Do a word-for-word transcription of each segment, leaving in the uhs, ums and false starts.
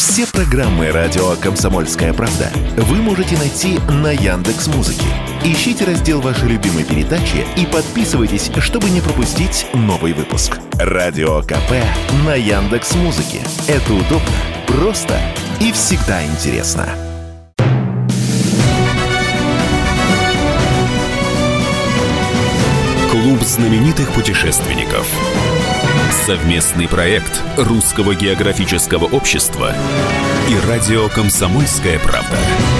Все программы радио «Комсомольская правда» вы можете найти на Яндекс.Музыке. Ищите раздел вашей любимой передачи и подписывайтесь, чтобы не пропустить новый выпуск. Радио КП на Яндекс.Музыке. Это удобно, просто и всегда интересно. Клуб знаменитых путешественников. Совместный проект Русского географического общества и радио «Комсомольская правда».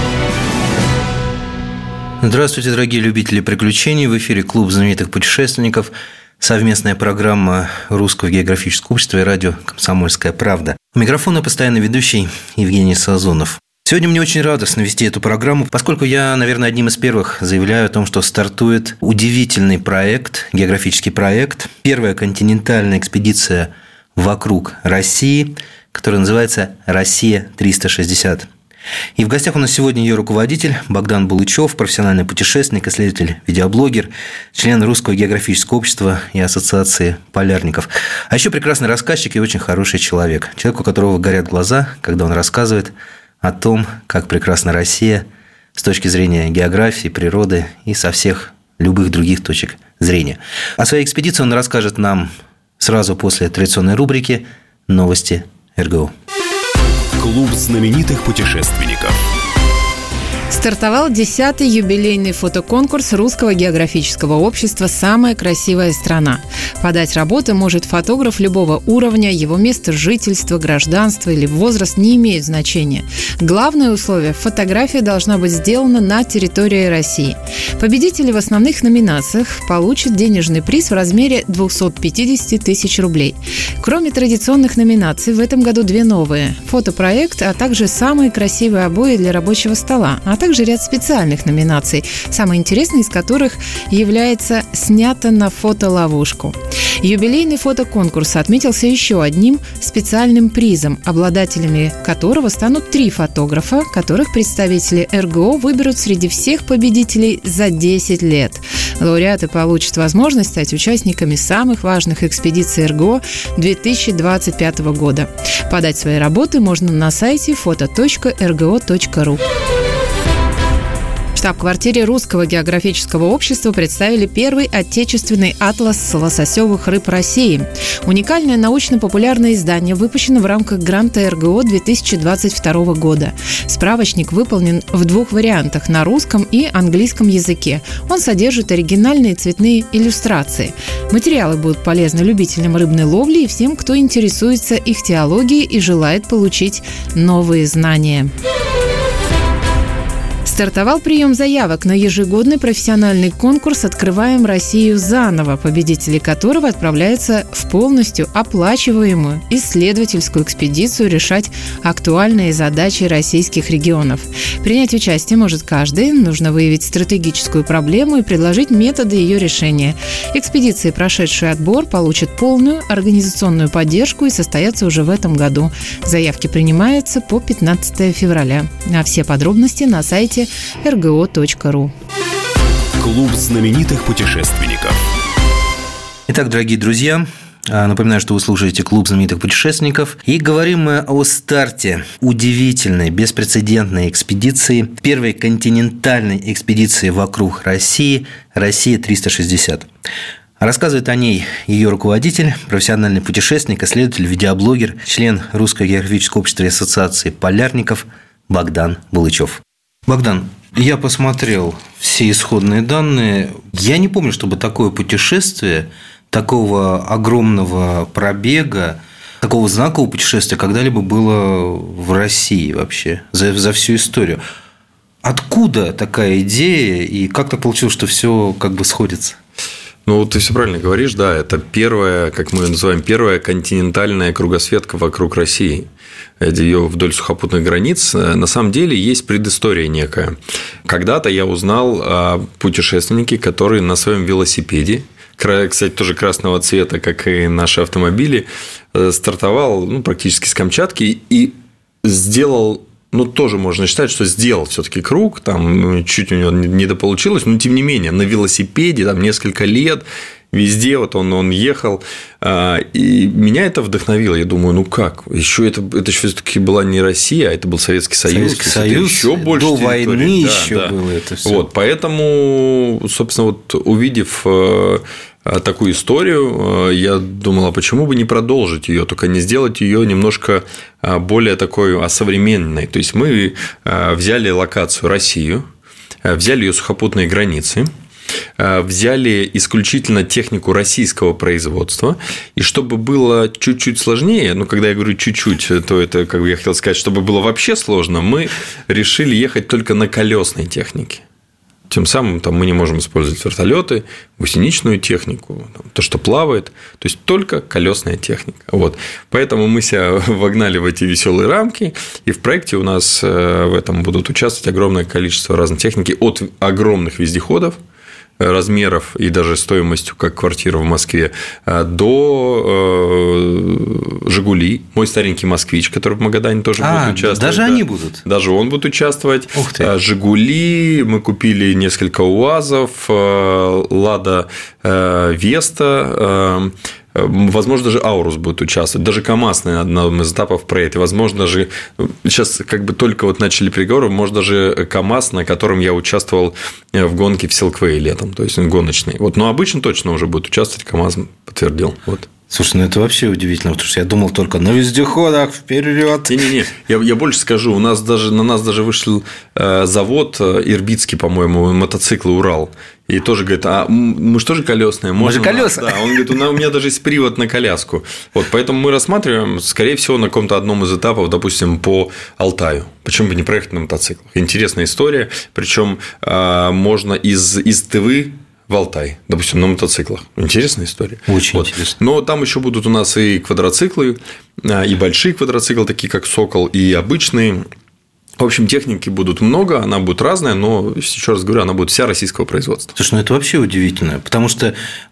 Здравствуйте, дорогие любители приключений. В эфире Клуб знаменитых путешественников. Совместная программа Русского географического общества и радио «Комсомольская правда». У микрофона постоянно ведущий Евгений Сазонов. Сегодня мне очень радостно вести эту программу, поскольку я, наверное, одним из первых заявляю о том, что стартует удивительный проект, географический проект, первая континентальная экспедиция вокруг России, которая называется «Россия триста шестьдесят». И в гостях у нас сегодня ее руководитель Богдан Булычев, профессиональный путешественник, исследователь, видеоблогер, член Русского географического общества и ассоциации полярников. А еще прекрасный рассказчик и очень хороший человек. Человек, у которого горят глаза, когда он рассказывает о том, как прекрасна Россия с точки зрения географии, природы и со всех любых других точек зрения. О своей экспедиции он расскажет нам сразу после традиционной рубрики «Новости эр гэ о». Клуб знаменитых путешественников. Стартовал десятый юбилейный фотоконкурс Русского географического общества «Самая красивая страна». Подать работы может фотограф любого уровня, его место жительства, гражданство или возраст не имеет значения. Главное условие – фотография должна быть сделана на территории России. Победители в основных номинациях получат денежный приз в размере двести пятьдесят тысяч рублей. Кроме традиционных номинаций, в этом году две новые – фотопроект, а также самые красивые обои для рабочего стола, а также ряд специальных номинаций, самой интересной из которых является «Снято на фотоловушку». Юбилейный фотоконкурс отметился еще одним специальным призом, обладателями которого станут три фотографа, которых представители эр гэ о выберут среди всех победителей за десять лет. Лауреаты получат возможность стать участниками самых важных экспедиций эр гэ о две тысячи двадцать пятого года. Подать свои работы можно на сайте фото точка эр гэ о точка ру. В штаб-квартире Русского географического общества представили первый отечественный атлас лососевых рыб России. Уникальное научно-популярное издание выпущено в рамках гранта эр гэ о две тысячи двадцать второго года. Справочник выполнен в двух вариантах – на русском и английском языке. Он содержит оригинальные цветные иллюстрации. Материалы будут полезны любителям рыбной ловли и всем, кто интересуется ихтиологией и желает получить новые знания. Стартовал прием заявок на ежегодный профессиональный конкурс «Открываем Россию заново», победители которого отправляются в полностью оплачиваемую исследовательскую экспедицию решать актуальные задачи российских регионов. Принять участие может каждый, нужно выявить стратегическую проблему и предложить методы ее решения. Экспедиции, прошедшие отбор, получат полную организационную поддержку и состоятся уже в этом году. Заявки принимаются по пятнадцатого февраля. А все подробности на сайте эр гэ о точка ру. Клуб знаменитых путешественников. Итак, дорогие друзья, напоминаю, что вы слушаете Клуб знаменитых путешественников. И говорим мы о старте удивительной, беспрецедентной экспедиции, первой континентальной экспедиции вокруг России «Россия триста шестьдесят». Рассказывает о ней ее руководитель, профессиональный путешественник, исследователь, видеоблогер, член Русского географического общества и ассоциации полярников Богдан Булычев. Богдан, я посмотрел все исходные данные. Я не помню, чтобы такое путешествие, такого огромного пробега, такого знакового путешествия когда-либо было в России вообще за, за всю историю. Откуда такая идея и как так получилось, что все как бы сходится? Ну, ты все правильно говоришь, да, это первая, как мы ее называем, первая континентальная кругосветка вокруг России. Ее вдоль сухопутных границ. На самом деле есть предыстория некая. Когда-то я узнал о путешественнике, который на своем велосипеде, кстати, тоже красного цвета, как и наши автомобили, стартовал ну, практически с Камчатки и сделал. Ну, тоже можно считать, что сделал все-таки круг, там чуть у него недополучилось, но тем не менее на велосипеде там несколько лет везде, вот он, он ехал, и меня это вдохновило. Я думаю, ну как? Еще это, это еще все-таки была не Россия, а это был Советский Союз. Советский Союз, еще больше до территории. Войны да, еще да. было это все. Вот, поэтому, собственно, вот увидев такую историю, я думал, а почему бы не продолжить ее, только не сделать ее немножко более такой осовременной. То есть мы взяли локацию Россию, взяли ее сухопутные границы, взяли исключительно технику российского производства, и чтобы было чуть-чуть сложнее, ну, когда я говорю чуть-чуть, то это, как бы я хотел сказать, чтобы было вообще сложно, мы решили ехать только на колесной технике. Тем самым там, мы не можем использовать вертолеты, гусеничную технику, там, то, что плавает, то есть только колесная техника. Вот. Поэтому мы себя вогнали в эти веселые рамки, и в проекте у нас в этом будут участвовать огромное количество разной техники, от огромных вездеходов размеров и даже стоимостью, как квартира в Москве, до «Жигули», мой старенький «Москвич», который в Магадане тоже а, будет участвовать. Даже да. они будут? Даже он будет участвовать. Ух ты. «Жигули», мы купили несколько УАЗов, «Лада Веста», возможно, даже Аурус будет участвовать, даже КАМАЗ на одном из этапов проекта. Возможно, даже сейчас как бы только вот начали переговоры, может, даже КАМАЗ, на котором я участвовал в гонке в Силквее летом, то есть гоночный. Вот, но обычно точно уже будет участвовать, КАМАЗ подтвердил. Вот. Слушай, ну это вообще удивительно, потому что я думал только на вездеходах вперед. Не-не-не, я, я больше скажу, у нас даже на нас даже вышел э, завод ирбитский, по-моему, мотоциклы «Урал». И тоже говорит, а мы что же колесные? Мы же колеса. Да, он говорит, у меня даже есть привод на коляску. Вот, поэтому мы рассматриваем, скорее всего, на каком-то одном из этапов, допустим, по Алтаю. Почему бы не проехать на мотоциклах? Интересная история. Причем можно из, из Тывы в Алтай, допустим, на мотоциклах. Интересная история. Очень вот. интересно. Но там еще будут у нас и квадроциклы, и большие квадроциклы, такие как «Сокол», и обычные. В общем, техники будут много, она будет разная, но, еще раз говорю, она будет вся российского производства. Слушай, ну это вообще удивительно, потому что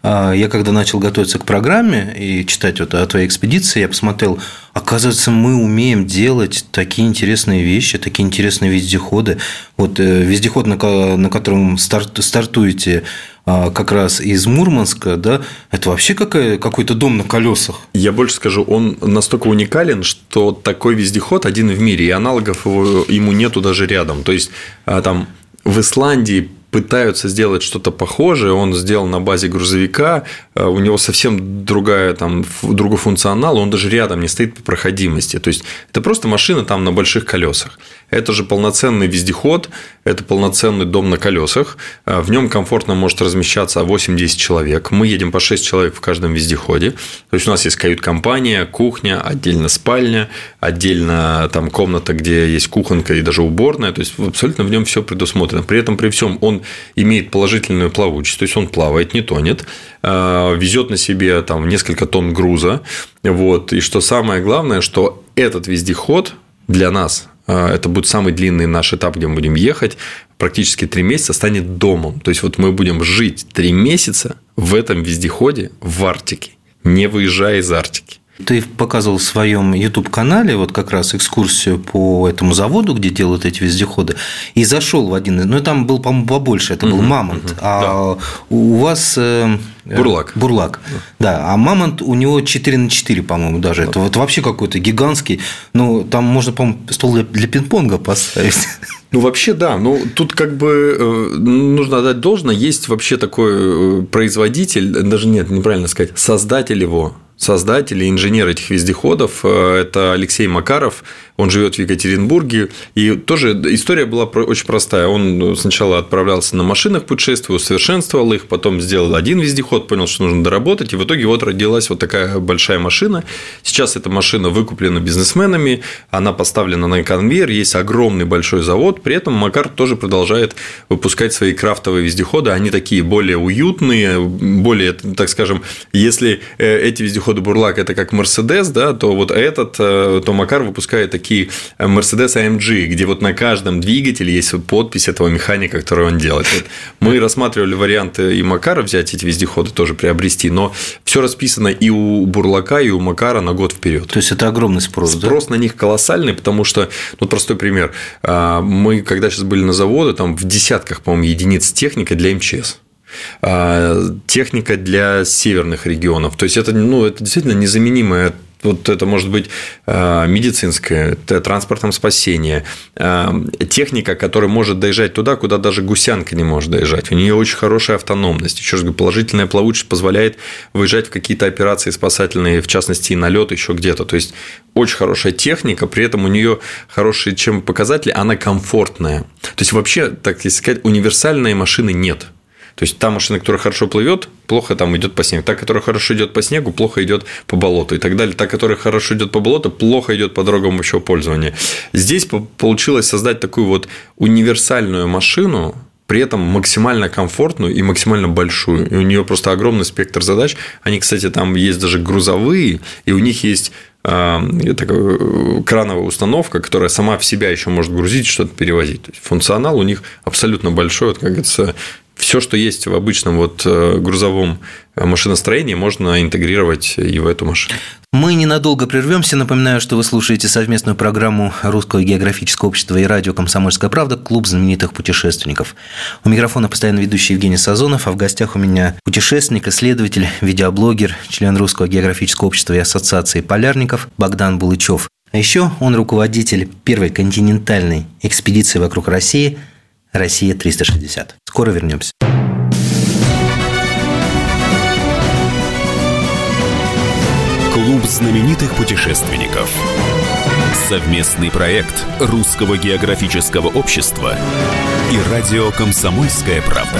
я когда начал готовиться к программе и читать вот о твоей экспедиции, я посмотрел, оказывается, мы умеем делать такие интересные вещи, такие интересные вездеходы. Вот вездеход, на котором стартуете как раз из Мурманска, да, это вообще какая, какой-то дом на колесах. Я больше скажу, он настолько уникален, что такой вездеход один в мире, и аналогов его, ему нету даже рядом. То есть, там в Исландии пытаются сделать что-то похожее, он сделан на базе грузовика, у него совсем другая, там, другой функционал, он даже рядом не стоит по проходимости. То есть, это просто машина там на больших колесах. Это же полноценный вездеход, это полноценный дом на колесах, в нем комфортно может размещаться восемь-десять человек, мы едем по шесть человек в каждом вездеходе, то есть, у нас есть кают-компания, кухня, отдельно спальня, отдельно там комната, где есть кухонка и даже уборная, то есть, абсолютно в нем все предусмотрено. При этом, при всем, он имеет положительную плавучесть, то есть, он плавает, не тонет, везет на себе там несколько тонн груза, вот, и что самое главное, что этот вездеход для нас, это будет самый длинный наш этап, где мы будем ехать, практически три месяца станет домом. То есть, вот мы будем жить три месяца в этом вездеходе в Арктике, не выезжая из Арктики. Ты показывал в своем YouTube-канале вот как раз экскурсию по этому заводу, где делают эти вездеходы, и зашел в один, ну там был, по-моему, побольше, это был угу, Мамонт, угу, а да. у вас Бурлак. Бурлак, да, а Мамонт у него четыре на четыре, по-моему, даже, да. это вот вообще какой-то гигантский, ну там можно, по-моему, стол для пинг-понга поставить. Ну, вообще, да. Ну, тут как бы нужно отдать должное. Есть вообще такой производитель, даже нет, неправильно сказать, создатель его, создатель и инженер этих вездеходов – это Алексей Макаров. Он живет в Екатеринбурге. И тоже история была очень простая. Он сначала отправлялся на машинах путешествовал, усовершенствовал их, потом сделал один вездеход, понял, что нужно доработать. И в итоге вот родилась вот такая большая машина. Сейчас эта машина выкуплена бизнесменами, она поставлена на конвейер, есть огромный большой завод. При этом Макар тоже продолжает выпускать свои крафтовые вездеходы. Они такие более уютные, более, так скажем, если эти вездеходы Бурлак – это как Мерседес, да, то вот этот, то Макар выпускает такие Mercedes эй эм джи, где вот на каждом двигателе есть подпись этого механика, который он делает. Вот мы рассматривали варианты и Макара взять эти вездеходы, тоже приобрести, но все расписано и у Бурлака, и у Макара на год вперед. То есть, это огромный спрос, спрос да? Спрос на них колоссальный, потому что, ну, простой пример, мы, когда сейчас были на заводе, там в десятках, по-моему, единиц техники для эм че эс. техника для северных регионов. То есть это, ну, это действительно незаменимая. Вот это может быть медицинское, транспортное спасение, техника, которая может доезжать туда, куда даже гусянка не может доезжать. У нее очень хорошая автономность. Еще раз говорю, положительная плавучесть позволяет выезжать в какие-то операции спасательные, в частности, и на лёд, еще где-то. То есть очень хорошая техника, при этом у нее хорошие чем показатели, она комфортная. То есть вообще, так если сказать, универсальной машины нет. То есть та машина, которая хорошо плывет, плохо там идет по снегу. Та, которая хорошо идет по снегу, плохо идет по болоту и так далее. Та, которая хорошо идет по болоту, плохо идет по дорогам общего пользования. Здесь получилось создать такую вот универсальную машину, при этом максимально комфортную и максимально большую. И у нее просто огромный спектр задач. Они, кстати, там есть даже грузовые, и у них есть такая крановая установка, которая сама в себя еще может грузить, что-то перевозить. То есть функционал у них абсолютно большой, вот, как говорится. Все, что есть в обычном вот грузовом машиностроении, можно интегрировать и в эту машину. Мы ненадолго прервемся. Напоминаю, что вы слушаете совместную программу Русского географического общества и радио «Комсомольская правда» «Клуб знаменитых путешественников». У микрофона постоянно ведущий Евгений Сазонов, а в гостях у меня путешественник, исследователь, видеоблогер, член Русского географического общества и ассоциации полярников Богдан Булычев. А еще он руководитель первой континентальной экспедиции вокруг России «Россия триста шестьдесят». Скоро вернемся. Клуб знаменитых путешественников. Совместный проект Русского географического общества и радио «Комсомольская правда».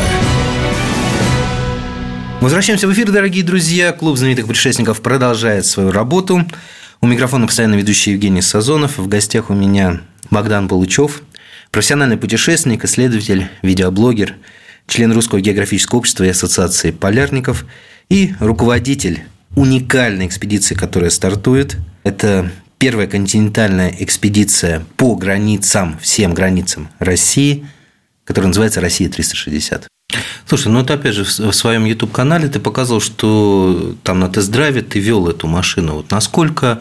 Возвращаемся в эфир, дорогие друзья. Клуб знаменитых путешественников продолжает свою работу. У микрофона постоянно ведущий Евгений Сазонов. В гостях у меня Богдан Булычев, профессиональный путешественник, исследователь, видеоблогер, член Русского географического общества и ассоциации полярников и руководитель уникальной экспедиции, которая стартует. Это первая континентальная экспедиция по границам, всем границам России, которая называется «Россия триста шестьдесят». Слушай, ну это опять же в своем YouTube-канале ты показывал, что там на тест-драйве ты вел эту машину. Вот насколько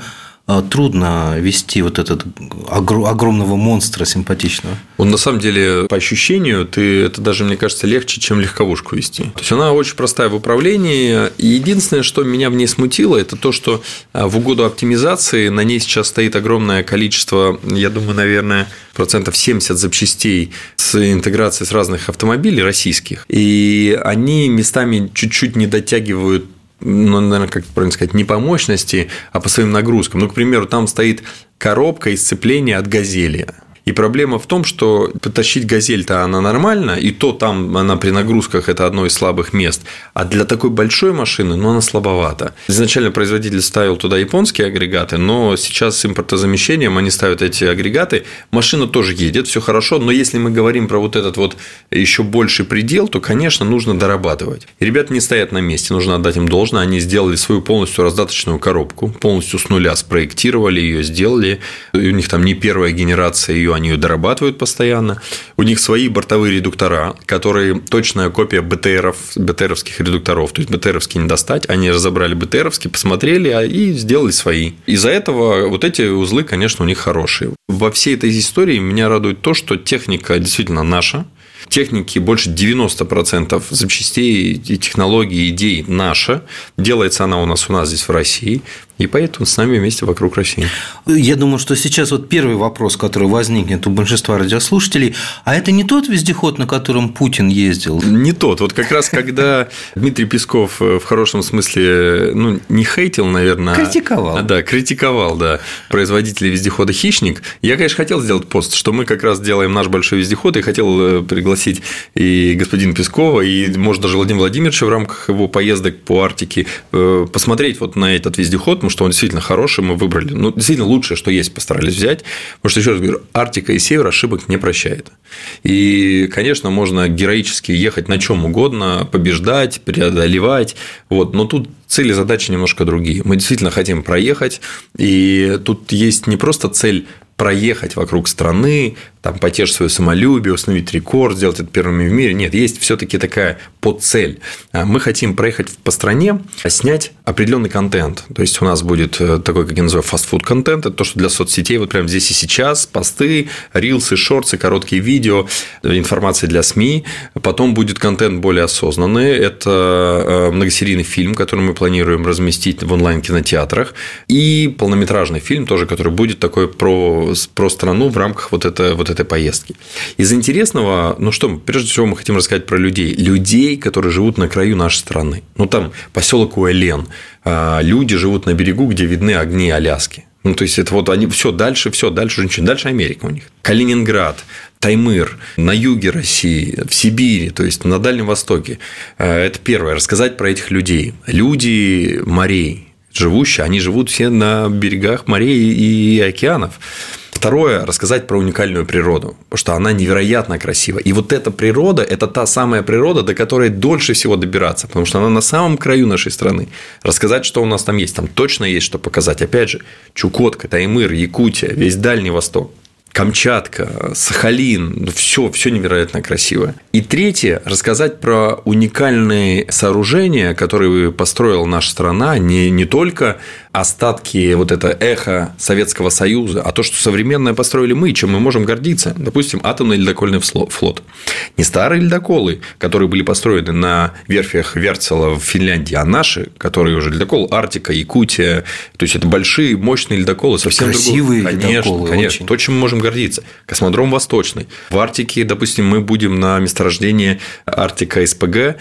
трудно вести вот этот огромного монстра симпатичного? Он на самом деле, по ощущению, ты, это даже, мне кажется, легче, чем легковушку вести. То есть она очень простая в управлении. И единственное, что меня в ней смутило, это то, что в угоду оптимизации на ней сейчас стоит огромное количество, я думаю, наверное, процентов семьдесят запчастей с интеграцией с разных автомобилей российских. И они местами чуть-чуть не дотягивают, ну, наверное, как правильно сказать, не по мощности, а по своим нагрузкам. Ну, к примеру, там стоит коробка из сцепления от «Газели». И проблема в том, что потащить «Газель»-то она нормально, и то там она при нагрузках – это одно из слабых мест. А для такой большой машины, ну, она слабовата. Изначально производитель ставил туда японские агрегаты, но сейчас с импортозамещением они ставят эти агрегаты. Машина тоже едет, все хорошо, но если мы говорим про вот этот вот еще больший предел, то, конечно, нужно дорабатывать. И ребята не стоят на месте, нужно отдать им должное. Они сделали свою полностью раздаточную коробку, полностью с нуля спроектировали ее, сделали. И у них там не первая генерация ее, они ее дорабатывают постоянно. У них свои бортовые редуктора, которые точная копия БТРов, БТРовских редукторов. То есть БТРовские не достать. Они разобрали БТРовские, посмотрели и сделали свои. Из-за этого вот эти узлы, конечно, у них хорошие. Во всей этой истории меня радует то, что техника действительно наша. Техники больше девяносто процентов запчастей и технологий, идей наша. Делается она у нас у нас здесь в России. И поэтому с нами вместе вокруг России. Я думаю, что сейчас вот первый вопрос, который возникнет у большинства радиослушателей, а это не тот вездеход, на котором Путин ездил? Не тот. Вот как раз когда Дмитрий Песков в хорошем смысле, ну, не хейтил, наверное. Критиковал. А, да, критиковал, да, производителей вездехода «Хищник». Я, конечно, хотел сделать пост, что мы как раз делаем наш большой вездеход, и хотел пригласить и господина Пескова, и, может, даже Владимира Владимировича в рамках его поездок по Арктике посмотреть вот на этот вездеход, потому что он действительно хороший, мы выбрали, ну, действительно лучшее, что есть, постарались взять, потому что, еще раз говорю, Арктика и Север ошибок не прощает. И, конечно, можно героически ехать на чем угодно, побеждать, преодолевать, вот, но тут цели и задачи немножко другие. Мы действительно хотим проехать, и тут есть не просто цель проехать вокруг страны, там, потешить свое самолюбие, установить рекорд, сделать это первыми в мире. Нет, есть все-таки такая подцель. Мы хотим проехать по стране, снять определенный контент. То есть у нас будет такой, как я называю, фастфуд-контент. Это то, что для соцсетей вот прямо здесь и сейчас. Посты, рилсы, шортсы, короткие видео, информация для СМИ. Потом будет контент более осознанный. Это многосерийный фильм, который мы планируем разместить в онлайн-кинотеатрах. И полнометражный фильм тоже, который будет такой про, про страну в рамках вот, это, вот этой поездки. Из интересного, ну что, прежде всего мы хотим рассказать про людей. Людей, которые живут на краю нашей страны. Ну, там поселок Уэлен. Люди живут на берегу, где видны огни Аляски. Ну, то есть, это вот они все дальше, все дальше, ничего, дальше Америка у них. Калининград, Таймыр, на юге России, в Сибири, то есть, на Дальнем Востоке. Это первое, рассказать про этих людей. Люди морей живущие, они живут все на берегах морей и океанов. Второе – рассказать про уникальную природу, потому что она невероятно красива. И вот эта природа – это та самая природа, до которой дольше всего добираться, потому что она на самом краю нашей страны. Рассказать, что у нас там есть, там точно есть что показать. Опять же, Чукотка, Таймыр, Якутия, весь Дальний Восток. Камчатка, Сахалин, все, все невероятно красиво. И третье – рассказать про уникальные сооружения, которые построила наша страна, не, не только остатки, вот это эхо Советского Союза, а то, что современное построили мы, чем мы можем гордиться. Допустим, атомный ледокольный флот. Не старые ледоколы, которые были построены на верфях Вертцела в Финляндии, а наши, которые уже ледокол Арктика, Якутия. То есть, это большие, мощные ледоколы, совсем красивые другие. Конечно, ледоколы, конечно. Очень. То, чем мы можем гордиться. Космодром Восточный. В Арктике, допустим, мы будем на месторождении Арктика СПГ,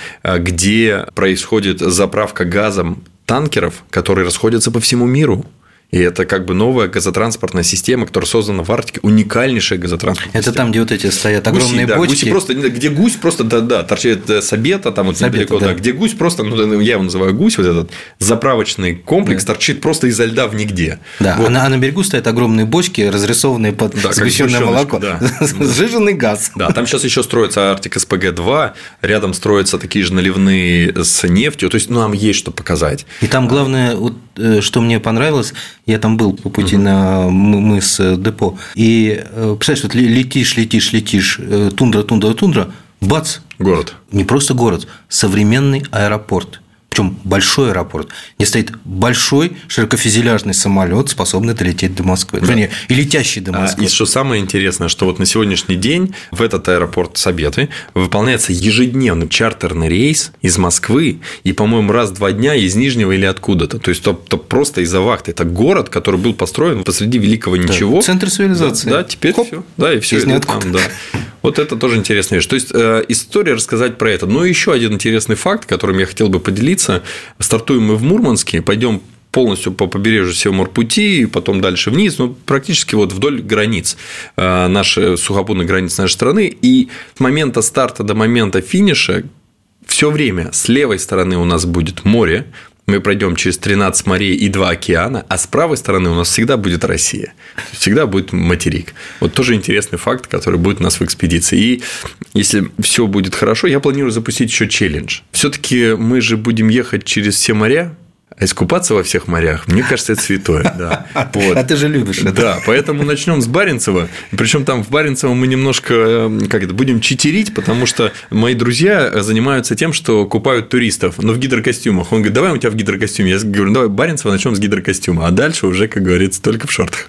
где происходит заправка газом танкеров, которые расходятся по всему миру. И это как бы новая газотранспортная система, которая создана в Арктике, уникальнейшая газотранспортная это система. там, где вот эти стоят огромные гуси, да, бочки. Гуси просто, где гусь просто, да, да торчит с обеда, там вот недалеко, да. Да, где гусь просто, ну, я его называю гусь, вот этот заправочный комплекс да. торчит просто изо льда в нигде. Да, вот. а, на, а на берегу стоят огромные бочки, разрисованные под да, сгущенное молоко, да. сжиженный газ. Да, там сейчас еще строится Арктик СПГ два, рядом строятся такие же наливные с нефтью, то есть ну, нам есть что показать. И там главное, вот, что мне понравилось, я там был по пути угу. на мыс Депо, и представляешь, вот летишь, летишь, летишь, тундра, тундра, тундра, бац, город. Не просто город, современный аэропорт. Причем большой аэропорт, где стоит большой широкофюзеляжный самолет, способный долететь до Москвы. Да. Вернее, и летящий до Москвы. И что самое интересное, что вот на сегодняшний день в этот аэропорт Сабеты выполняется ежедневный чартерный рейс из Москвы и, по-моему, раз в два дня из Нижнего или откуда-то. То есть, то, то просто из-за вахты. Это город, который был построен посреди великого ничего. Да, центр цивилизации. Да, да теперь Хоп. все. Да, и все это там, да. Вот это тоже интересная вещь. То есть, история рассказать про это. Но еще один интересный факт, которым я хотел бы поделиться. Стартуем мы в Мурманске, пойдем полностью по побережью Севморпути, потом дальше вниз, ну, практически вот вдоль границ нашей сухопутных границ нашей страны. И с момента старта до момента финиша все время с левой стороны у нас будет море. Мы пройдем через тринадцать морей и два океана, а с правой стороны у нас всегда будет Россия, всегда будет материк. Вот тоже интересный факт, который будет у нас в экспедиции. И если все будет хорошо, я планирую запустить еще челлендж. Все-таки мы же будем ехать через все моря. А искупаться во всех морях, мне кажется, это святое. Да. Вот. А ты же любишь это. Да, поэтому начнем с Баренцева. Причем там в Баренцево мы немножко как это, будем читерить, потому что мои друзья занимаются тем, что купают туристов, но в гидрокостюмах. Он говорит, давай у тебя в гидрокостюме. Я говорю, давай Баренцево начнем с гидрокостюма, а дальше уже, как говорится, только в шортах.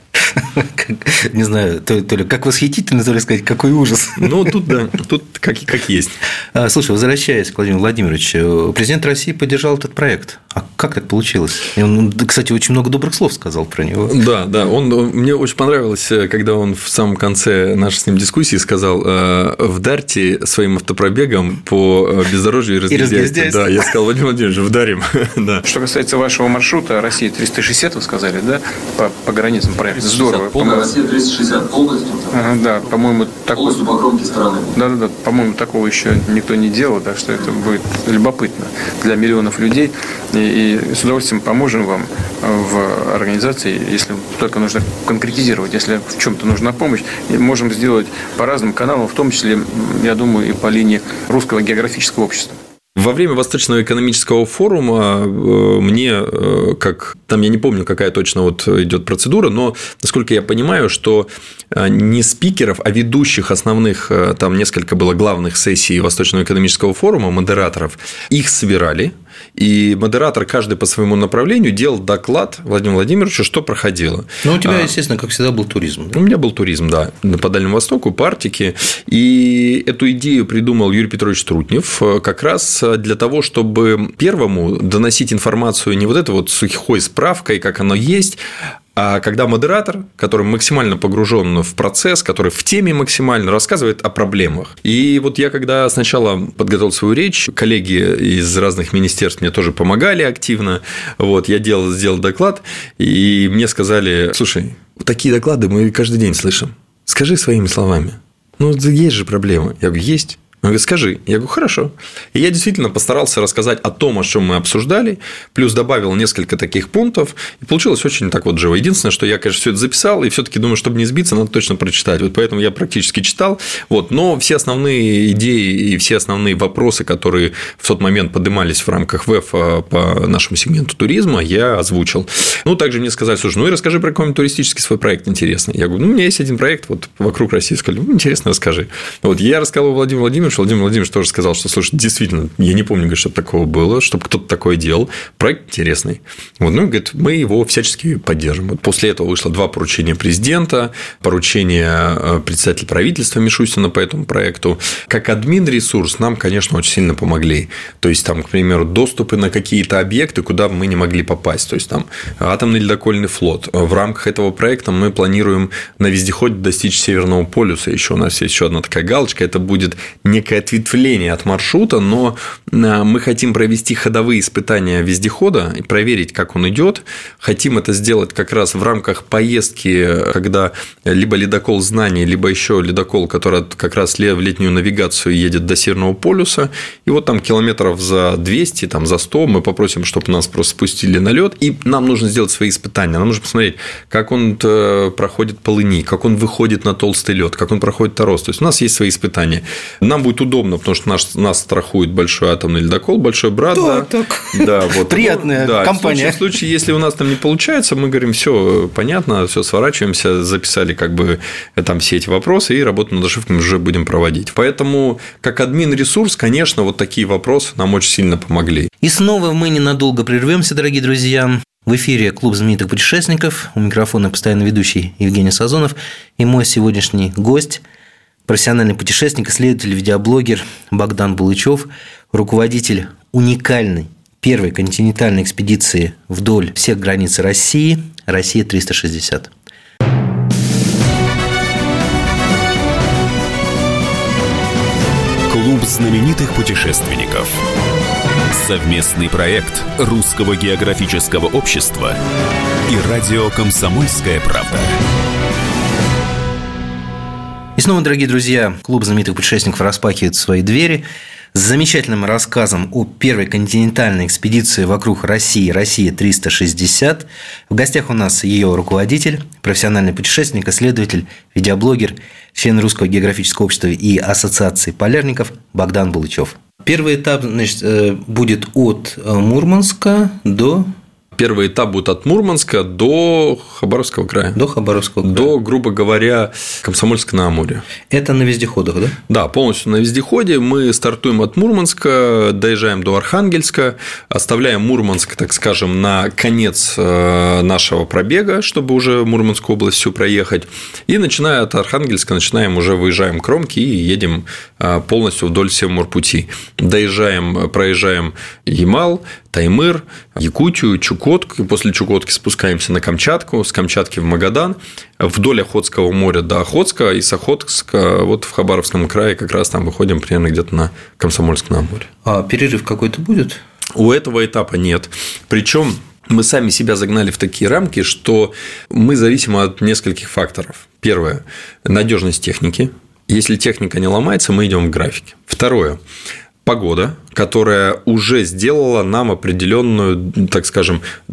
Не знаю, то, то ли как восхитительно, то ли сказать, какой ужас. Ну, тут да, тут как, как есть. Слушай, возвращаясь к Владимиру Владимировичу, президент России поддержал этот проект. А как так получилось? И он, кстати, очень много добрых слов сказал про него. Да, да. Он, мне очень понравилось, когда он в самом конце нашей с ним дискуссии сказал: вдарьте своим автопробегом по бездорожью и разгильдяйству. Да, я сказал, Владимир Владимирович, вдарим. Да. Что касается вашего маршрута Россия триста шестьдесят, вы сказали, да, по, по границам проехать. Здорово. Полная Россия триста шестьдесят полностью. Ага, да, по-моему, такого... полностью по кромке страны. Да, да, да. По-моему, такого еще никто не делал, так что это будет любопытно для миллионов людей. И, и с удовольствием поможем вам в организации, если только нужно конкретизировать, если в чем-то нужна помощь, и можем сделать по разным каналам, в том числе, я думаю, и по линии Русского географического общества. Во время Восточного экономического форума мне, как там я не помню, какая точно вот идет процедура, но насколько я понимаю, что не спикеров, а ведущих основных, там несколько было главных сессий Восточного экономического форума, модераторов, их собирали. И модератор каждый по своему направлению делал доклад Владимиру Владимировичу, что проходило. Ну, у тебя, естественно, как всегда, был туризм. Да? У меня был туризм, да, по Дальнему Востоку, по Арктике. И эту идею придумал Юрий Петрович Трутнев как раз для того, чтобы первому доносить информацию не вот это вот сухой справкой, как оно есть, а когда модератор, который максимально погружен в процесс, который в теме максимально рассказывает о проблемах. И вот я когда сначала подготовил свою речь, коллеги из разных министерств мне тоже помогали активно. Вот, я делал, сделал доклад, и мне сказали: слушай, такие доклады мы каждый день слышим. Скажи своими словами. Ну, есть же проблема. Я говорю, есть. Он говорит, скажи. Я говорю, хорошо. И я действительно постарался рассказать о том, о чем мы обсуждали, плюс добавил несколько таких пунктов, и получилось очень так вот живо. Единственное, что я, конечно, все это записал, и все-таки думаю, чтобы не сбиться, надо точно прочитать. Вот поэтому я практически читал. Вот. Но все основные идеи и все основные вопросы, которые в тот момент поднимались в рамках ВЭФ по нашему сегменту туризма, я озвучил. Ну, также мне сказали, слушай, ну и расскажи про какой-нибудь туристический свой проект интересный. Я говорю, ну, у меня есть один проект вот вокруг России. Сказали, ну, интересно, расскажи. Вот. Я рассказал Владимиру Владимировичу, Владимир Владимирович тоже сказал, что, слушай, действительно, я не помню, чтобы такого было, чтобы кто-то такое делал. Проект интересный. Вот, ну, говорит, мы его всячески поддержим. Вот после этого вышло два поручения президента, поручение председателя правительства Мишустина по этому проекту. Как админ-ресурс нам, конечно, очень сильно помогли. То есть, там, к примеру, доступы на какие-то объекты, куда мы не могли попасть. То есть, там, атомный ледокольный флот. В рамках этого проекта мы планируем на вездеходе достичь Северного полюса. Еще у нас есть еще одна такая галочка. Это будет некое ответвление от маршрута, но мы хотим провести ходовые испытания вездехода и проверить, как он идет. Хотим это сделать как раз в рамках поездки, когда либо ледокол знаний, либо еще ледокол, который как раз в летнюю навигацию едет до Северного полюса. И вот там километров за двести, там, за сто мы попросим, чтобы нас просто спустили на лед, и нам нужно сделать свои испытания. Нам нужно посмотреть, как он проходит полыни, как он выходит на толстый лед, как он проходит торос. То есть у нас есть свои испытания. Нам будет удобно, потому что наш, нас страхует большой атомный ледокол, большой брат. Да, да. Так. Да, вот. Приятная да, компания. В случае, в случае, если у нас там не получается, мы говорим, все понятно, все сворачиваемся, записали как бы там все эти вопросы, и работу над ошибками уже будем проводить. Поэтому, как админ-ресурс, конечно, вот такие вопросы нам очень сильно помогли. И снова мы ненадолго прервемся, дорогие друзья. В эфире клуб знаменитых путешественников. У микрофона постоянно ведущий Евгений Сазонов и мой сегодняшний гость – профессиональный путешественник, исследователь, видеоблогер Богдан Булычев, руководитель уникальной первой континентальной экспедиции вдоль всех границ России «Россия триста шестьдесят». Клуб знаменитых путешественников. Совместный проект Русского географического общества и радио «Комсомольская правда». И снова, дорогие друзья, клуб знаменитых путешественников распахивает свои двери с замечательным рассказом о первой континентальной экспедиции вокруг России «Россия триста шестьдесят». В гостях у нас ее руководитель, профессиональный путешественник, исследователь, видеоблогер, член Русского географического общества и Ассоциации полярников Богдан Булычев. Первый этап, значит, будет от Мурманска до... Первый этап будет от Мурманска до Хабаровского края. До Хабаровского края. До, грубо говоря, Комсомольска-на-Амуре. Это на вездеходах, да? Да, полностью на вездеходе. Мы стартуем от Мурманска, доезжаем до Архангельска, оставляем Мурманск, так скажем, на конец нашего пробега, чтобы уже Мурманскую область всю проехать. И начиная от Архангельска, начинаем уже выезжаем к Ромке и едем полностью вдоль Севморпути. Доезжаем, проезжаем Ямал, Таймыр, Якутию, Чукотку. После Чукотки спускаемся на Камчатку, с Камчатки в Магадан, вдоль Охотского моря до Охотска, и с Охотска вот в Хабаровском крае как раз там выходим примерно где-то на Комсомольск-на-Амуре. А перерыв какой-то будет? У этого этапа нет. Причем мы сами себя загнали в такие рамки, что мы зависим от нескольких факторов. Первое – надежность техники. Если техника не ломается, мы идем в графике. Второе – погода, которая уже сделала нам определенную, так скажем,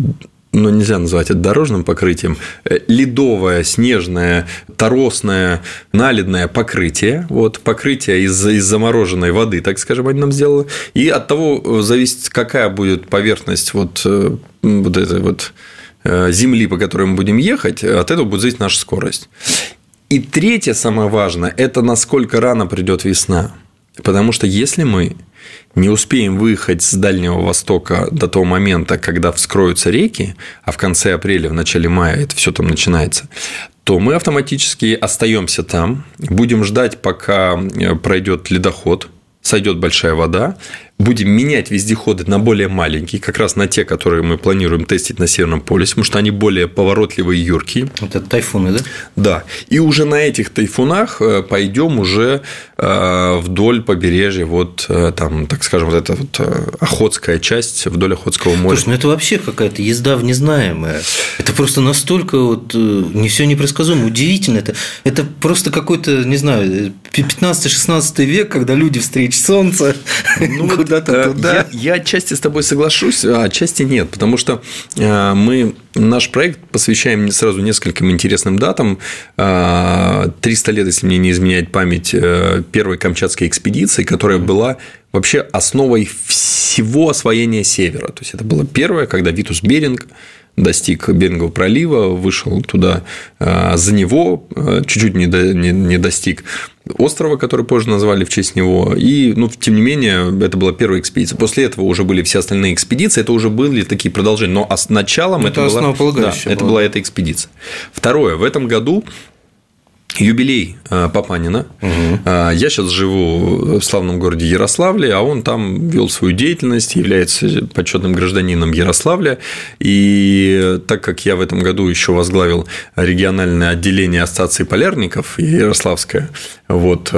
но нельзя назвать это дорожным покрытием, ледовое, снежное, торосное, наледное покрытие. Вот, покрытие из, из замороженной воды, так скажем, они нам сделали. И от того зависит, какая будет поверхность вот, вот этой вот земли, по которой мы будем ехать, от этого будет зависеть наша скорость. И третье, самое важное, это насколько рано придет весна. Потому что если мы не успеем выехать с Дальнего Востока до того момента, когда вскроются реки, а в конце апреля, в начале мая это все там начинается, то мы автоматически остаемся там, будем ждать, пока пройдет ледоход, сойдет большая вода, будем менять вездеходы на более маленькие, как раз на те, которые мы планируем тестить на Северном полюсе, потому что они более поворотливые и юркие. Вот это тайфуны, да? Да. И уже на этих тайфунах пойдем уже вдоль побережья, вот там, так скажем, вот эта вот Охотская часть вдоль Охотского моря. Слушай, ну это вообще какая-то езда в незнаемое. Это просто настолько вот не все непредсказуемо, удивительно. Это, это просто какой-то, не знаю, пятнадцатый-шестнадцатый век, когда люди встреч солнца. Ну, куда-то туда. Я, я отчасти с тобой соглашусь, а отчасти нет, потому что мы наш проект посвящаем сразу нескольким интересным датам. триста лет, если мне не изменяет память, первой Камчатской экспедиции, которая была вообще основой всего освоения Севера. То есть, это было первое, когда Витус Беринг достиг Берингового пролива, вышел туда, за него чуть-чуть не, до, не, не достиг острова, который позже назвали в честь него. И, ну, тем не менее, это была первая экспедиция. После этого уже были все остальные экспедиции, это уже были такие продолжения. Но началом это, это, была, да, это была эта экспедиция. Второе. В этом году юбилей Папанина. Угу. Я сейчас живу в славном городе Ярославле, а он там вел свою деятельность, является почетным гражданином Ярославля. И так как я в этом году еще возглавил региональное отделение Ассоциации полярников Ярославское, вот,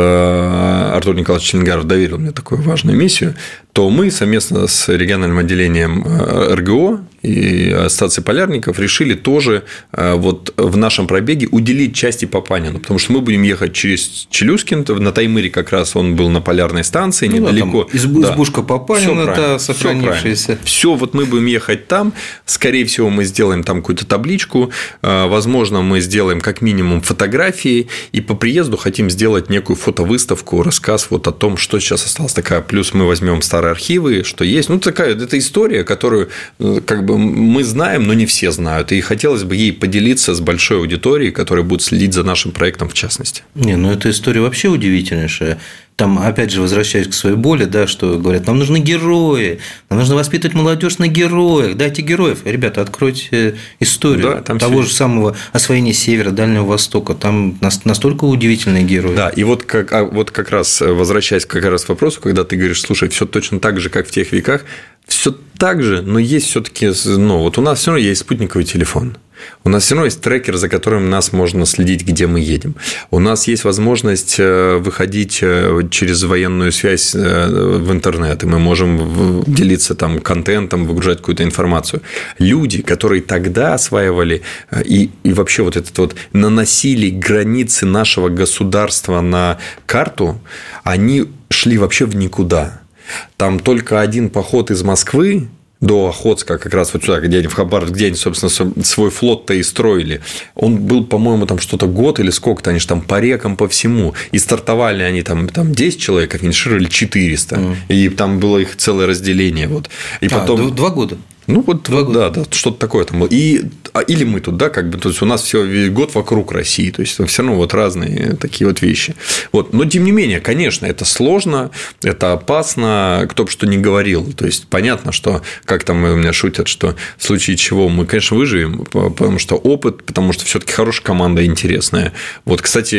Артур Николаевич Челенгаров доверил мне такую важную миссию, то мы совместно с региональным отделением эр гэ о и Ассоциацией полярников решили тоже вот в нашем пробеге уделить части Папанину, потому что мы будем ехать через Челюскин, на Таймыре как раз он был на полярной станции, ну, недалеко. Да, избушка Папанина, да, сохранившаяся. Все, вот мы будем ехать там, скорее всего, мы сделаем там какую-то табличку, возможно, мы сделаем как минимум фотографии, и по приезду хотим сделать некую фотовыставку, рассказ вот о том, что сейчас осталось. Такая, плюс мы возьмем старые архивы, что есть. Ну, такая это история, которую как бы мы знаем, но не все знают. И хотелось бы ей поделиться с большой аудиторией, которая будет следить за нашим проектом в частности. Не, ну эта история вообще удивительнейшая. Там, опять же, возвращаясь к своей боли, да, что говорят, нам нужны герои, нам нужно воспитывать молодежь на героях, дайте героев. Ребята, откройте историю, да, там того все... же самого освоения Севера, Дальнего Востока, там настолько удивительные герои. Да, и вот как, а вот как раз, возвращаясь как раз к вопросу, когда ты говоришь, слушай, все точно так же, как в тех веках, все так же, но есть все-таки, ну, вот у нас все равно есть спутниковый телефон. У нас все равно есть трекер, за которым нас можно следить, где мы едем. У нас есть возможность выходить через военную связь в интернет, и мы можем делиться там контентом, выгружать какую-то информацию. Люди, которые тогда осваивали и, и вообще вот этот вот наносили границы нашего государства на карту, они шли вообще в никуда. Там только один поход из Москвы до Охотска, как раз вот сюда, где они в Хабаровск, где они, собственно, свой флот-то и строили. Он был, по-моему, там что-то год или сколько-то, они же там по рекам, по всему. И стартовали они там, там десять человек, а финишировали четыреста. Mm. И там было их целое разделение. Вот. И потом... а, два года. Ну, вот, вот да, да, что-то такое там было. И, или мы тут, да, как бы, то есть у нас все год вокруг России, то есть все равно вот разные такие вот вещи. Вот. Но тем не менее, конечно, это сложно, это опасно, кто бы что ни говорил. То есть понятно, что как там у меня шутят, что в случае чего мы, конечно, выживем, потому что опыт, потому что все-таки хорошая команда интересная. Вот, кстати,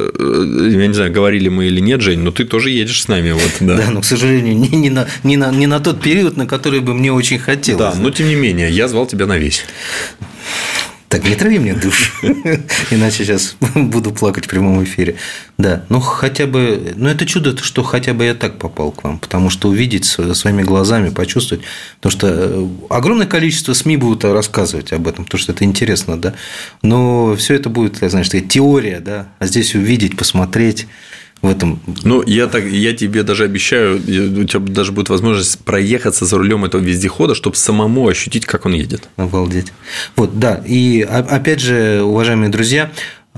я не знаю, говорили мы или нет, Жень, но ты тоже едешь с нами. Вот, да. Да, но, к сожалению, не, не, на, не, на, не на тот период, на который бы мне очень хотелось. Да, но тем не менее, я звал тебя на весь. Так, не трави мне душу, иначе сейчас буду плакать в прямом эфире. Да, ну хотя бы, ну это чудо, что хотя бы я так попал к вам, потому что увидеть своими глазами, почувствовать, потому что огромное количество СМИ будут рассказывать об этом, потому что это интересно, да, но все это будет, знаешь, теория, да, а здесь увидеть, посмотреть. в этом. Ну, я, так, я тебе даже обещаю, у тебя даже будет возможность проехаться за рулем этого вездехода, чтобы самому ощутить, как он едет. Обалдеть. Вот, да. И опять же, уважаемые друзья,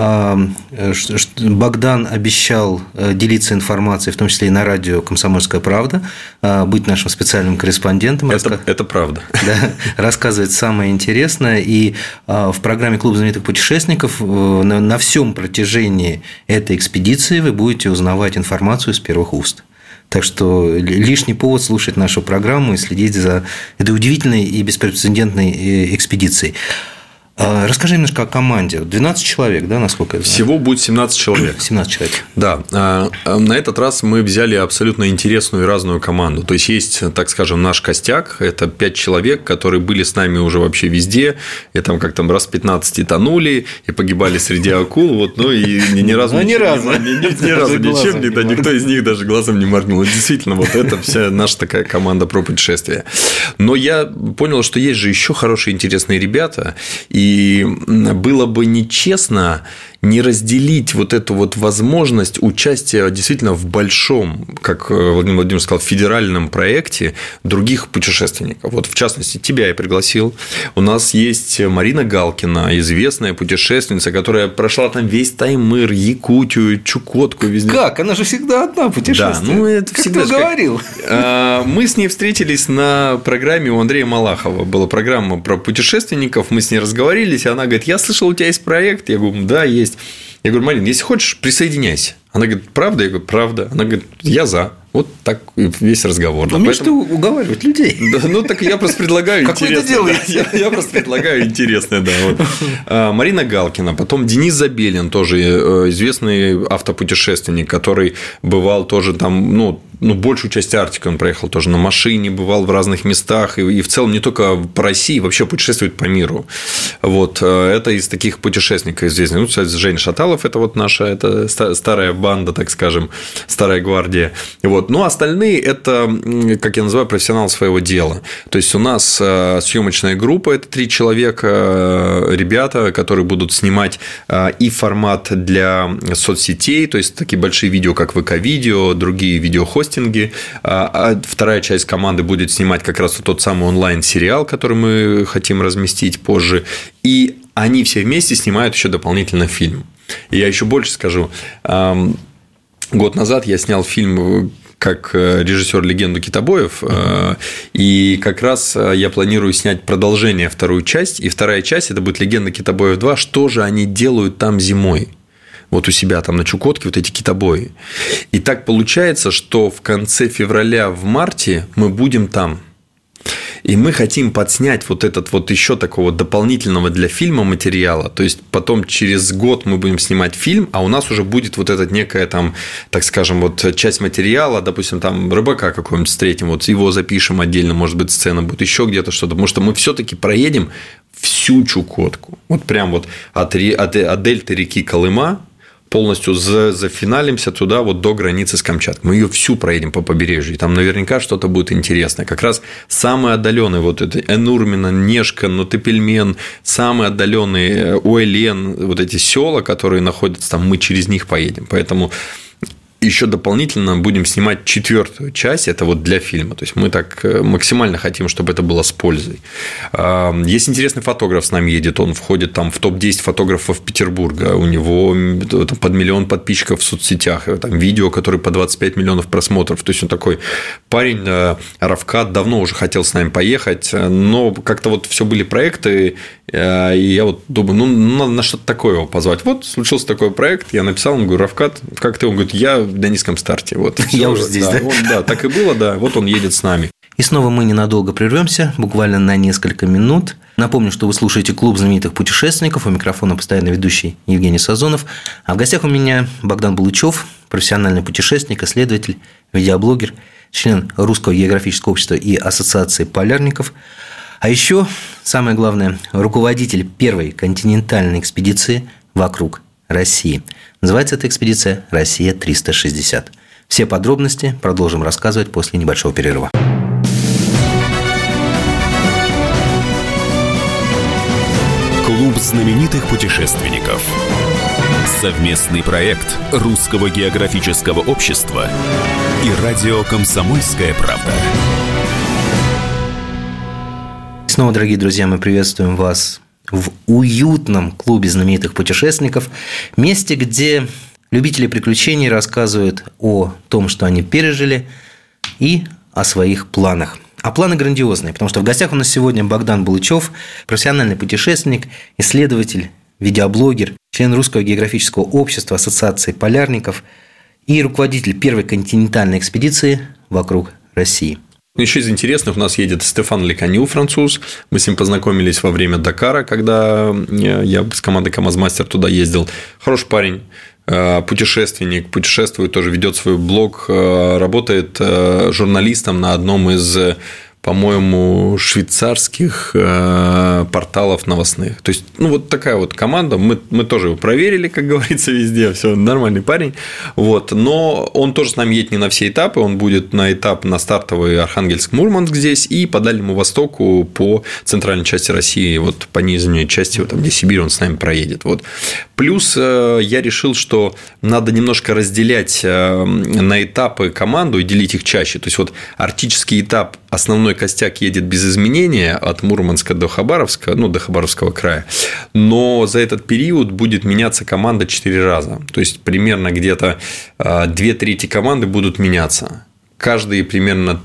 Богдан обещал делиться информацией, в том числе и на радио «Комсомольская правда», быть нашим специальным корреспондентом. Это, раска... это правда. Да, рассказывать самое интересное. И в программе «Клуб знаменитых путешественников» на, на всем протяжении этой экспедиции вы будете узнавать информацию с первых уст. Так что лишний повод слушать нашу программу и следить за этой удивительной и беспрецедентной экспедицией. Расскажи немножко о команде. двенадцать человек, да, насколько я знаю? Всего будет семнадцать человек. семнадцать человек. Да. На этот раз мы взяли абсолютно интересную и разную команду. То есть, есть, так скажем, наш костяк. Это пять человек, которые были с нами уже вообще везде. И там как там раз пятнадцать и тонули, и погибали среди акул. Вот, ну, и ни разу ни разу. Ни разу ничем, никто из них даже глазом не моргнул. Действительно, вот это вся наша такая команда про путешествия. Но я понял, что есть же еще хорошие, интересные ребята. И И было бы нечестно не разделить вот эту вот возможность участия действительно в большом, как Владимир Владимирович сказал, федеральном проекте других путешественников. Вот, в частности, тебя я пригласил. У нас есть Марина Галкина, известная путешественница, которая прошла там весь Таймыр, Якутию, Чукотку. Везде. Как? Она же всегда одна путешествует. Да, ну это как всегда ты говорил. Как... Мы с ней встретились на программе у Андрея Малахова. Была программа про путешественников, мы с ней разговорились, и она говорит: я слышал, у тебя есть проект. Я говорю: да, есть. Я говорю: Марин, если хочешь, присоединяйся. Она говорит: правда? Я говорю: правда. Она говорит: я за. Вот так весь разговор. Ну, умеешь Поэтому... ты уговаривать людей. Да, ну, так я просто предлагаю интересное. Как вы это делаете? Я, я просто предлагаю интересное, да. Вот. А, Марина Галкина, потом Денис Забелин, тоже известный автопутешественник, который бывал тоже там, ну, ну, большую часть Арктики он проехал тоже на машине, бывал в разных местах, и, и в целом не только по России, вообще путешествует по миру. Вот. Это из таких путешественников известных. Ну, кстати, Женя Шаталов – это вот наша это старая банда, так скажем, старая гвардия. Вот. Ну, остальные – это, как я называю, профессионалы своего дела. То есть, у нас съемочная группа – это три человека, ребята, которые будут снимать и формат для соцсетей, то есть, такие большие видео, как ВК-видео, другие видеохостинги. А вторая часть команды будет снимать как раз тот самый онлайн-сериал, который мы хотим разместить позже. И они все вместе снимают еще дополнительно фильм. И я еще больше скажу. Год назад я снял фильм как режиссер «Легенду китобоев», и как раз я планирую снять продолжение, вторую часть, и вторая часть – это будет «Легенда китобоев два», что же они делают там зимой. Вот у себя там на Чукотке вот эти китобои. И так получается, что в конце февраля, в марте мы будем там. И мы хотим подснять вот этот вот еще такого дополнительного для фильма материала. То есть, потом через год мы будем снимать фильм, а у нас уже будет вот эта некая там, так скажем, вот часть материала, допустим, там рыбака какого-нибудь встретим, вот его запишем отдельно, может быть, сцена будет еще где-то что-то, потому что мы все-таки проедем всю Чукотку. Вот прям вот от, от, от дельты реки Колыма полностью зафиналимся туда вот до границы с Камчаткой. Мы ее всю проедем по побережью, и там наверняка что-то будет интересное. Как раз самые отдаленные вот это Энурмино, Нешка, Нотепельмен, самые отдаленные Уэлен, вот эти села, которые находятся там, мы через них поедем. Поэтому еще дополнительно будем снимать четвертую часть, это вот для фильма. То есть, мы так максимально хотим, чтобы это было с пользой. Есть интересный фотограф с нами едет, он входит там в топ десять фотографов Петербурга, у него там под миллион подписчиков в соцсетях, там видео, которые по двадцать пять миллионов просмотров. То есть, он такой парень, Равкат, давно уже хотел с нами поехать, но как-то вот все были проекты, и я вот думаю, ну, надо на что-то такое его позвать. Вот случился такой проект, я написал, ему говорю: Равкат, как ты? Он говорит: я на низком старте. Вот. Я уже здесь, да? Да? Он, да, так и было, да. Вот он едет с нами. И снова мы ненадолго прервемся, буквально на несколько минут. Напомню, что вы слушаете «Клуб знаменитых путешественников». У микрофона постоянно ведущий Евгений Сазонов. А в гостях у меня Богдан Булычев, профессиональный путешественник, исследователь, видеоблогер, член Русского географического общества и Ассоциации полярников. А еще, самое главное, руководитель первой континентальной экспедиции вокруг России. Называется эта экспедиция «Россия триста шестьдесят». Все подробности продолжим рассказывать после небольшого перерыва. Клуб знаменитых путешественников. Совместный проект Русского географического общества и радио «Комсомольская правда». Снова, дорогие друзья, мы приветствуем вас в уютном клубе знаменитых путешественников, месте, где любители приключений рассказывают о том, что они пережили, и о своих планах. А планы грандиозные, потому что в гостях у нас сегодня Богдан Булычев, профессиональный путешественник, исследователь, видеоблогер, член Русского географического общества, Ассоциации полярников и руководитель первой континентальной экспедиции вокруг России. Еще из интересных у нас едет Стефан Леканю, француз. Мы с ним познакомились во время Дакара, когда я с командой КамАЗ-Мастер туда ездил. Хороший парень, путешественник, путешествует, тоже ведет свой блог, работает журналистом на одном из, по-моему, швейцарских порталов новостных. То есть, ну, вот такая вот команда. Мы, мы тоже его проверили, как говорится, везде. Все, нормальный парень. Вот. Но он тоже с нами едет не на все этапы. Он будет на этап на стартовый Архангельск-Мурманск здесь и по Дальнему Востоку, по центральной части России, вот по нижней части, вот там, где Сибирь, он с нами проедет. Вот. Плюс я решил, что надо немножко разделять на этапы команду и делить их чаще. То есть, вот арктический этап, основной костяк едет без изменения от Мурманска до Хабаровска, ну, до Хабаровского края, но за этот период будет меняться команда четыре раза. То есть, примерно где-то две трети команды будут меняться. Каждые примерно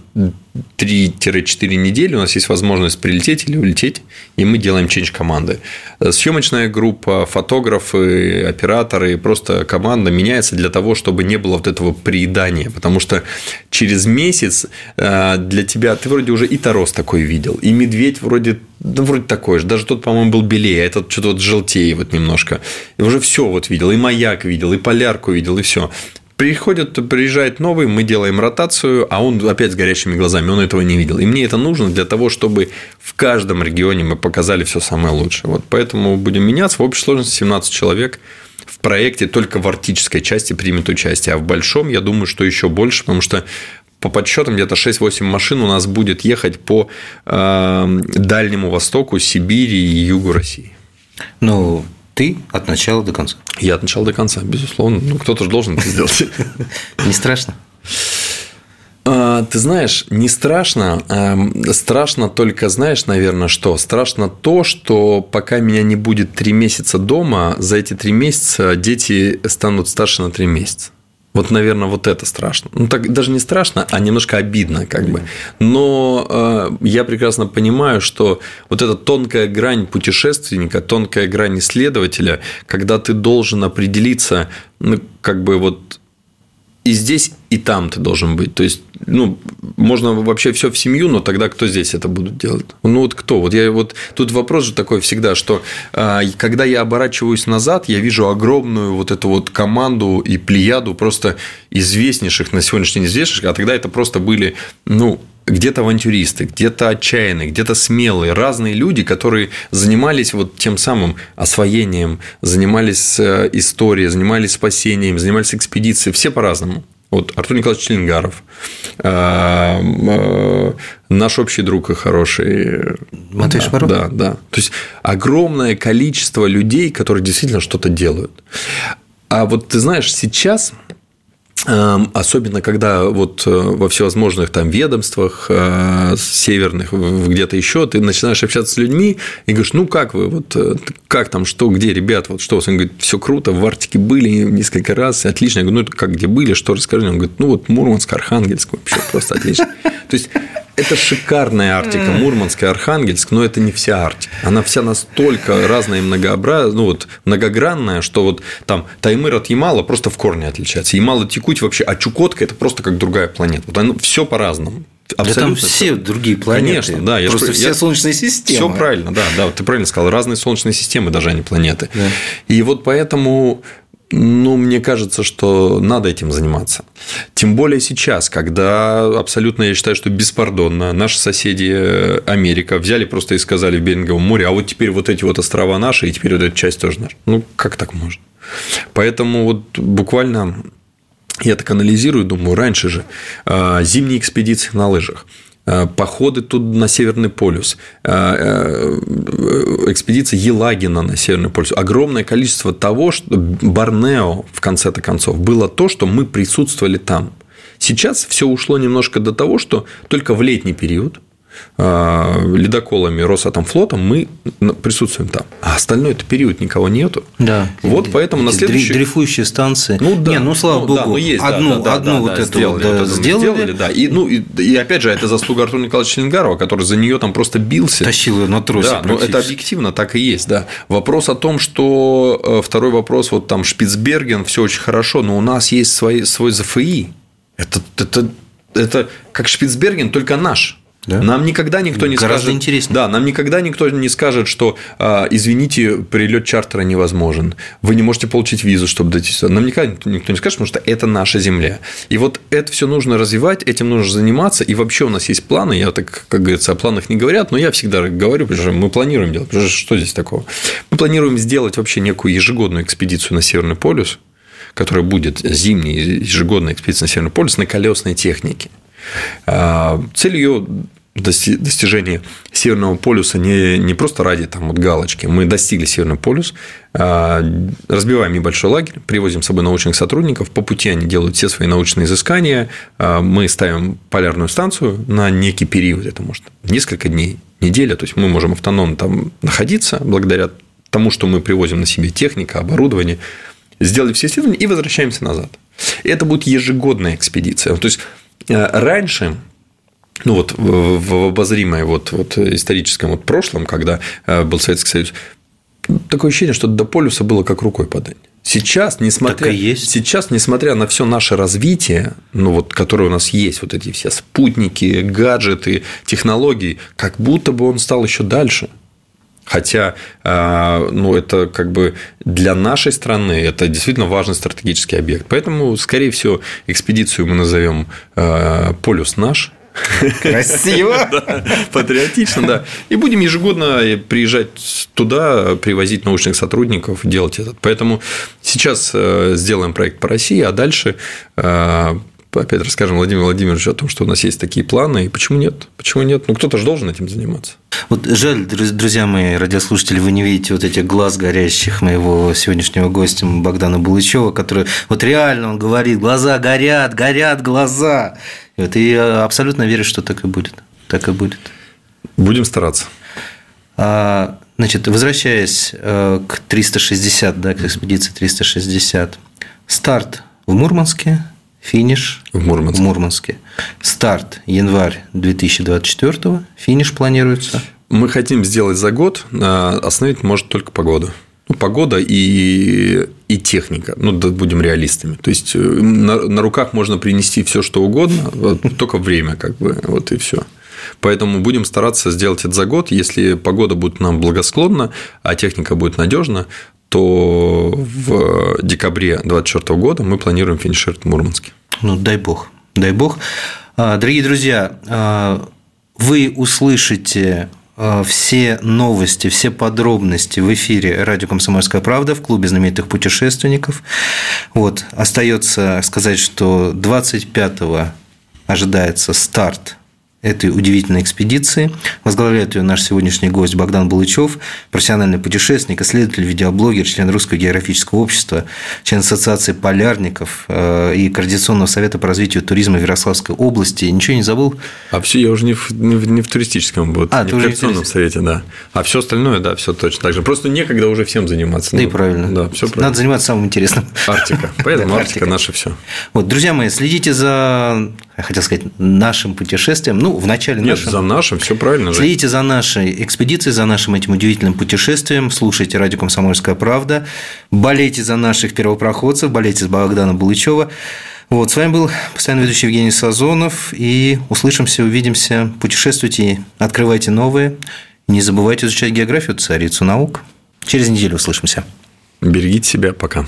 три-четыре недели у нас есть возможность прилететь или улететь, и мы делаем чендж команды. Съемочная группа, фотографы, операторы, просто команда меняется для того, чтобы не было вот этого приедания, потому что через месяц для тебя ты вроде уже и торос такой видел, и медведь вроде, ну, вроде такой же, даже тот, по-моему, был белее, а этот что-то вот желтее вот немножко, и уже все вот видел, и маяк видел, и полярку видел, и все. Приходит, приезжает новый, мы делаем ротацию, а он опять с горящими глазами, он этого не видел. И мне это нужно для того, чтобы в каждом регионе мы показали все самое лучшее. Вот поэтому будем меняться. В общей сложности семнадцать человек в проекте только в арктической части примет участие, а в большом, я думаю, что еще больше, потому что по подсчетам где-то шесть-восемь машин у нас будет ехать по э, Дальнему Востоку, Сибири и югу России. Ну, ты от начала до конца. Я от начала до конца, безусловно. Ну, кто-то же должен это сделать. Не страшно? Ты знаешь, не страшно. Страшно только, знаешь, наверное, что? Страшно то, что пока меня не будет три месяца дома, за эти три месяца дети станут старше на три месяца. Вот, наверное, вот это страшно. Ну, так даже не страшно, а немножко обидно, как бы. Но э, я прекрасно понимаю, что вот эта тонкая грань путешественника, тонкая грань исследователя, когда ты должен определиться, ну, как бы вот и здесь, и там ты должен быть. То есть, ну, можно вообще все в семью, но тогда кто здесь это будет делать? Ну, вот кто? Вот я вот тут вопрос же такой всегда, что э, когда я оборачиваюсь назад, я вижу огромную вот эту вот команду и плеяду просто известнейших на сегодняшний день известнейших, а тогда это просто были, ну, где-то авантюристы, где-то отчаянные, где-то смелые, разные люди, которые занимались вот тем самым освоением, занимались историей, занимались спасением, занимались экспедицией, все по-разному. Вот Артур Николаевич Челенгаров, наш общий друг и хороший Матвей Шапаров. Да, да. То есть огромное количество людей, которые действительно что-то делают. А вот ты знаешь, сейчас, особенно когда вот во всевозможных там ведомствах северных, где-то еще, ты начинаешь общаться с людьми и говоришь, ну как вы, вот как там, что, где, ребят, вот что, он говорит, все круто, в Арктике были несколько раз, отлично, я говорю, ну как, где были, что расскажи, он говорит, ну вот Мурманск, Архангельск, вообще просто отлично. То есть это шикарная Арктика, Мурманск и Архангельск, но это не вся Арктика. Она вся настолько разная и многообразная, ну, вот, многогранная, что вот там Таймыр от Ямала просто в корне отличается. Ямало-Якутия вообще, а Чукотка – это просто как другая планета. Вот оно все по-разному. Абсолютно. Да там все другие планеты. Конечно, да. Просто я, все я... солнечные системы. Все правильно, да, да, ты правильно сказал. Разные солнечные системы, даже они планеты. Да. И вот поэтому. Ну, мне кажется, что надо этим заниматься. Тем более сейчас, когда абсолютно, я считаю, что беспардонно наши соседи Америка взяли просто и сказали в Беринговом море, а вот теперь вот эти вот острова наши, и теперь вот эта часть тоже наша. Ну, как так можно? Поэтому вот буквально я так анализирую, думаю, раньше же зимние экспедиции на лыжах. походы тут на Северный полюс, экспедиция Елагина на Северный полюс. Огромное количество того, что Борнео, в конце-то концов, было то, что мы присутствовали там. Сейчас все ушло немножко до того, что только в летний период ледоколами Росатомфлотом мы присутствуем там. А остальной это период никого нету. Да. Вот поэтому на следующий... Дрейфующие станции. Ну, да. Не, ну, слава ну, богу, да, ну, есть, одну, да, да, одну да, вот да, эту сделали, вот, вот сделали. сделали да. И, ну, и, и опять же, это заслуга Артура Николаевича Членгарова, который за нее там просто бился. Тащил ее на тросе. Да, но это объективно так и есть, да. Вопрос о том, что второй вопрос, вот там Шпицберген, все очень хорошо, но у нас есть свой, свой ЗФИ. Это, это, это как Шпицберген, только наш. Да? Нам никогда никто не Гораздо скажет. Интереснее. Да, нам никогда никто не скажет, что извините, перелет чартера невозможен. Вы не можете получить визу, чтобы дойти сюда. Нам никогда никто не скажет, потому что это наша земля. И вот это все нужно развивать, этим нужно заниматься. И вообще у нас есть планы. Я так, как говорится, о планах не говорят, но я всегда говорю, потому что мы планируем делать. Потому что что здесь такого? Мы планируем сделать вообще некую ежегодную экспедицию на Северный полюс, которая будет зимней ежегодная экспедиция на Северный полюс на колесной технике. Цель ее достижения Северного полюса не, не просто ради там, вот, галочки. Мы достигли Северный полюс, разбиваем небольшой лагерь, привозим с собой научных сотрудников. По пути они делают все свои научные изыскания. Мы ставим полярную станцию на некий период. Это может несколько дней, неделя. То есть мы можем автономно там находиться благодаря тому, что мы привозим на себе технику, оборудование. Сделали все исследования и возвращаемся назад. И это будет ежегодная экспедиция. То есть раньше, ну вот в обозримое вот, вот историческом вот прошлом, когда был Советский Союз, такое ощущение, что до полюса было как рукой подать. Сейчас, несмотря, сейчас, несмотря на все наше развитие, ну вот, которое у нас есть, вот эти все спутники, гаджеты, технологии, как будто бы он стал еще дальше. Хотя, ну, это как бы для нашей страны это действительно важный стратегический объект. Поэтому, скорее всего, экспедицию мы назовем «Полюс наш». Красиво. Да, патриотично, да. И будем ежегодно приезжать туда, привозить научных сотрудников, делать это. Поэтому сейчас сделаем проект по России, а дальше опять расскажем Владимиру Владимировичу о том, что у нас есть такие планы, и почему нет? Почему нет? Ну, кто-то же должен этим заниматься. Вот жаль, друзья мои, радиослушатели, вы не видите вот этих глаз горящих моего сегодняшнего гостя Богдана Булычева, который вот реально он говорит, глаза горят, горят глаза. И вот и я абсолютно верю, что так и будет. Так и будет. Будем стараться. Значит, возвращаясь к триста шестьдесят, да, к экспедиции триста шестьдесят, старт в Мурманске. Финиш в Мурманске. в Мурманске. Старт январь две тысячи двадцать четвёртого. Финиш планируется. Мы хотим сделать за год. Остановить может только погода. Ну, погода и, и техника. Ну, да, будем реалистами. То есть на, на руках можно принести все, что угодно, вот, только время, как бы, вот и все. Поэтому будем стараться сделать это за год. Если погода будет нам благосклонна, а техника будет надежна, то в декабре две тысячи двадцать четвёртого года мы планируем финишировать в Мурманске. Ну, дай бог, дай бог. Дорогие друзья, вы услышите все новости, все подробности в эфире радио «Комсомольская правда» в клубе знаменитых путешественников. Вот. Остается сказать, что двадцать пятого ожидается старт этой удивительной экспедиции. Возглавляет ее наш сегодняшний гость Богдан Булычев, профессиональный путешественник, исследователь, видеоблогер, член Русского географического общества, член Ассоциации полярников и Координационного совета по развитию туризма в Ярославской области. Ничего не забыл? А все, я уже не в, не в туристическом, вот, а, не в Координационном совете, да. А все остальное, да, все точно так же. Просто некогда уже всем заниматься. Да ну, и правильно. Да, все правильно. Надо заниматься самым интересным. Арктика. Поэтому да, Арктика наше все. Вот, друзья мои, следите за, я хотел сказать, нашим путешествием. Ну, в начале Нет, нашим. за нашим, все правильно. Следите за нашей экспедицией, за нашим этим удивительным путешествием, слушайте радио «Комсомольская правда», болейте за наших первопроходцев, болейте за Богдана Булычева. Вот, с вами был постоянный ведущий Евгений Сазонов, и услышимся, увидимся, путешествуйте, открывайте новые, не забывайте изучать географию, царицу наук. Через неделю услышимся. Берегите себя, пока.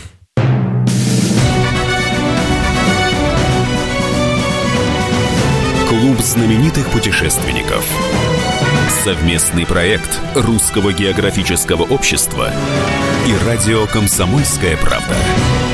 Клуб знаменитых путешественников. Совместный проект Русского географического общества и радио «Комсомольская правда».